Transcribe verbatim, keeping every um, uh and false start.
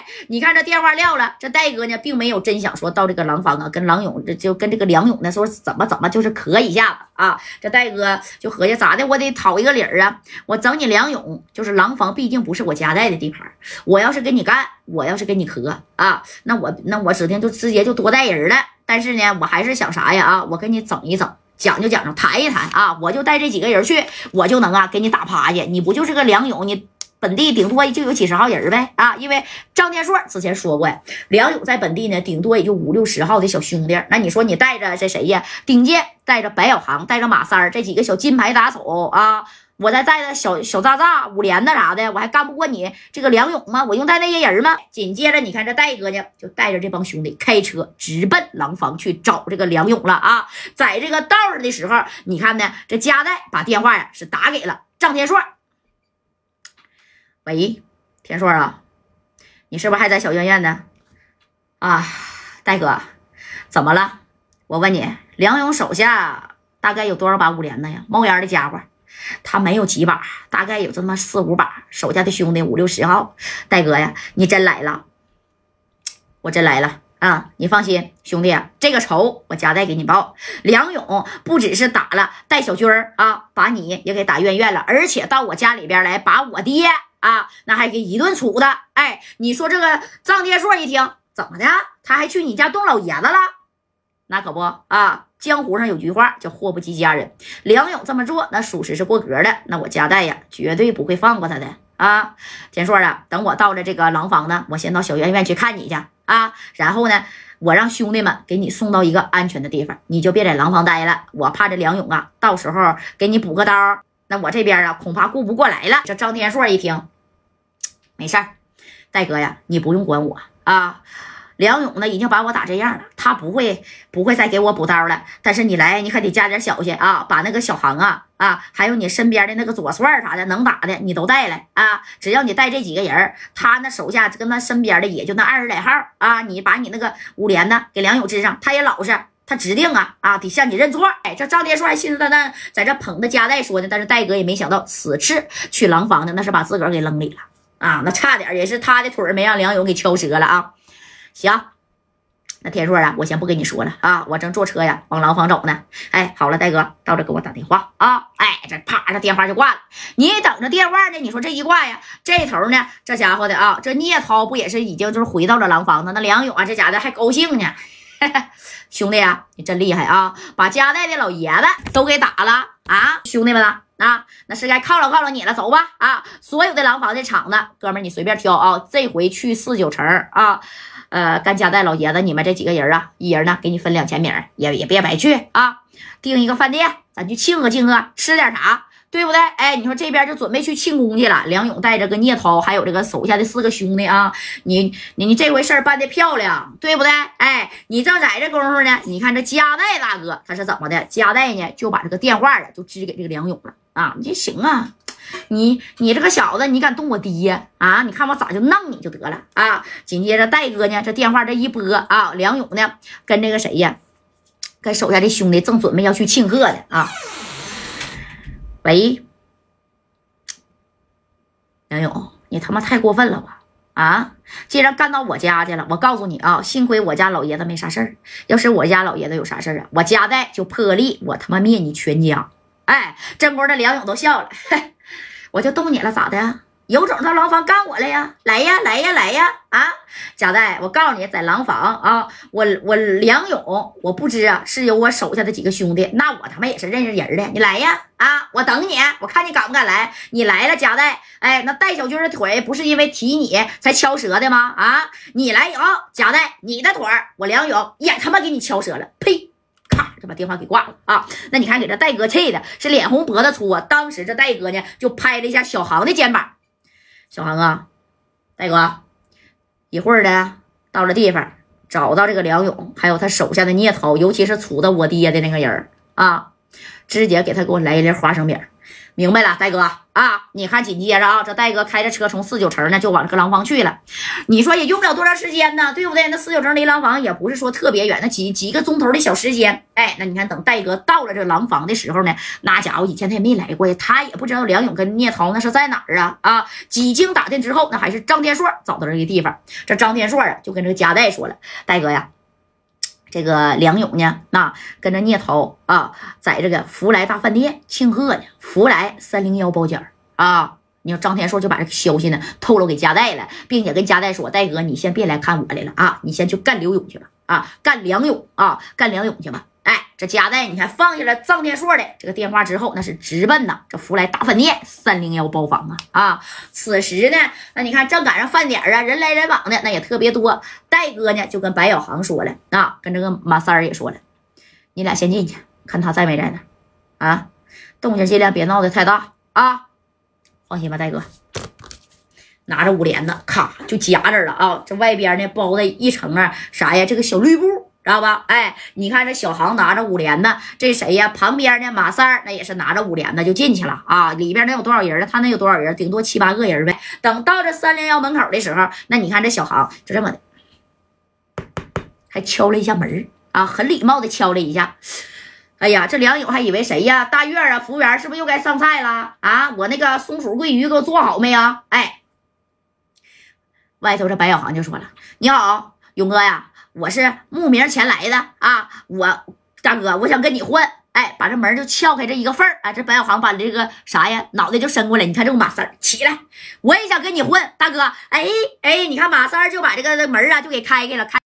哎，你看这电话撂了，这戴哥呢并没有真想说到这个廊坊啊，跟郎勇这就跟这个梁勇呢说怎么怎么就是磕一下子啊。这戴哥就合计咋的，我得讨一个理儿啊，我整你梁勇，就是廊坊毕竟不是我家代的地盘，我要是跟你干，我要是跟你磕啊，那我那我指定就直接就多带人了。但是呢，我还是想啥呀啊，我跟你整一整。讲究讲究，谈一谈啊，我就带这几个人去，我就能啊给你打趴下。你不就是个梁勇，你本地顶多就有几十号人呗啊！因为张天硕之前说过呀，梁勇在本地呢顶多也就五六十号的小兄弟。那你说你带着这谁呀？丁健，带着白小航，带着马三儿这几个小金牌打手啊！我再带着小小渣渣、五连的啥的，我还干不过你这个梁勇吗？我用带那些人吗？紧接着，你看这戴哥呢，就带着这帮兄弟开车直奔廊坊去找这个梁勇了啊！在这个道上的时候，你看呢，这加代把电话呀是打给了张天硕。喂，天硕啊，你是不是还在小院院呢？啊，戴哥，怎么了？我问你，梁勇手下大概有多少把五连的呀？冒烟的家伙。他没有几把，大概有这么四五把，手下的兄弟五六十号。戴哥呀，你真来了，我真来了啊！你放心，兄弟啊，这个仇我加代给你报。梁勇不只是打了戴小军儿啊，把你也给打院院了，而且到我家里边来把我爹啊，那还给一顿处的。哎，你说这个张天硕一听，怎么的？他还去你家动老爷子了？那可不啊！江湖上有句话叫祸不及家人，梁勇这么做那属实是过格的，那我加代呀绝对不会放过他的啊！天硕啊，等我到了这个廊坊呢，我先到小院院去看你去啊，然后呢，我让兄弟们给你送到一个安全的地方，你就别在廊坊待了，我怕这梁勇啊，到时候给你补个刀，那我这边啊恐怕顾不过来了。这张天硕一听，没事儿，戴哥呀，你不用管我啊。梁勇呢已经把我打这样了，他不会不会再给我补刀了。但是你来，你可得加点小心啊，把那个小航啊啊，还有你身边的那个左帅啥的能打的，你都带来啊。只要你带这几个人，他那手下跟他身边的也就那二十来号啊。你把你那个五连呢给梁勇支上，他也老实，他指定啊啊得向你认错。哎，这张天硕还信誓旦旦在这捧着加代说呢，但是戴哥也没想到，此次去廊坊的那是把自个儿给扔里了啊，那差点也是他的腿没让梁勇给敲折了啊。行，那天硕啊，我先不跟你说了啊，我正坐车呀往廊坊走呢。哎，好了，戴哥，到这给我打电话啊！哎，这啪，这电话就挂了。你等着电话呢，你说这一挂呀，这头呢，这家伙的啊，这聂涛不也是已经就是回到了廊坊呢？那梁勇啊，这家的还高兴呢。兄弟啊，你真厉害啊，把加代的老爷子都给打了啊！兄弟们啊，啊，那是该犒劳犒劳你了，走吧啊！所有的廊坊的厂子，哥们儿你随便挑啊，这回去四九城啊。呃，干加代老爷子，你们这几个人啊，一人呢给你分两千米，也也别白去啊！订一个饭店，咱去庆贺庆贺，吃点啥，对不对？哎，你说这边就准备去庆功去了。梁勇带着个聂涛，还有这个手下的四个兄弟啊，你你你这回事儿办的漂亮，对不对？哎，你正在这功夫呢，你看这加代大哥他是怎么的？加代呢就把这个电话啊就支给这个梁勇了啊！你这行啊。你你这个小子，你敢动我爹啊？你看我咋就弄你就得了啊！紧接着戴哥呢，这电话这一拨啊，梁勇呢跟这个谁呀，跟手下的兄弟正准备要去庆贺的啊。喂，梁勇，你他妈太过分了吧？啊！既然干到我家去了，我告诉你啊，幸亏我家老爷子没啥事儿，要是我家老爷子有啥事儿啊，我加代就破例，我他妈灭你全家！哎，这波的梁勇都笑了，嘿。我就动你了，咋的？有种到廊坊干我了呀！来呀，来呀，来呀！啊，加代，我告诉你，在廊坊啊，我我梁勇，我不知啊，是有我手下的几个兄弟，那我他妈也是认识人的。你来呀！啊，我等你，我看你敢不敢来。你来了，加代，哎，那戴小军的腿不是因为提你才敲折的吗？啊，你来以后，加代，你的腿我梁勇也他妈给你敲折了，呸！咔就把电话给挂了啊！那你看给这戴哥气的是脸红脖子粗啊！当时这戴哥呢就拍了一下小航的肩膀，小航啊，戴哥，一会儿呢到了地方，找到这个梁勇，还有他手下的聂涛，尤其是杵到我爹的那个人啊，直接给他给我来一粒花生米， 明白了，戴哥啊，你看紧接着啊，这戴哥开着车从四九城呢就往这个廊坊去了。你说也用不了多长时间呢，对不对？那四九城离廊坊也不是说特别远，那几几个钟头的小时间。哎，那你看等戴哥到了这廊坊的时候呢，那家伙以前他也没来过呀，他也不知道梁勇跟聂涛那是在哪儿啊啊！几经打听之后，那还是张天硕找到这个地方。这张天硕啊就跟这个夹带说了，戴哥呀。这个梁勇呢，那跟着聂涛啊，在这个福来大饭店庆贺呢，福来三零幺包间啊。你说张天硕就把这个消息呢透露给夹带了，并且跟夹带说：“戴哥，你先别来看我来了啊，你先去干刘勇去吧啊，干梁勇啊，干梁勇去吧。”哎，这夹带你看放下了张天硕的这个电话之后，那是直奔呐这福来大饭店三零幺包房啊啊！此时呢，那你看正赶上饭点啊，人来人往的那也特别多。戴哥呢就跟白小航说了啊，跟这个马三儿也说了，你俩先进去看他在没在呢啊，动静尽量别闹得太大啊。放心吧，戴哥。拿着五帘子，咔就夹这儿了啊！这外边呢包的一层啊，啥呀？这个小绿布。知道吧？哎，你看这小航拿着五帘子，这谁呀？旁边呢，马三儿那也是拿着五帘子就进去了啊。里边能有多少人呢？他能有多少人？顶多七八个人呗。等到这三零幺门口的时候，那你看这小航就这么的，还敲了一下门啊，很礼貌的敲了一下。哎呀，这梁勇还以为谁呀？大月啊，服务员是不是又该上菜了啊？我那个松鼠桂鱼给我做好没有？哎，外头这白小航就说了：“你好，勇哥呀。”我是慕名前来的啊，我大哥，我想跟你混，哎，把这门就撬开这一个缝儿啊，这白小航把这个啥呀，脑袋就伸过来，你看这个马三起来，我也想跟你混，大哥，哎哎，你看马三就把这个门啊就给开开了，开。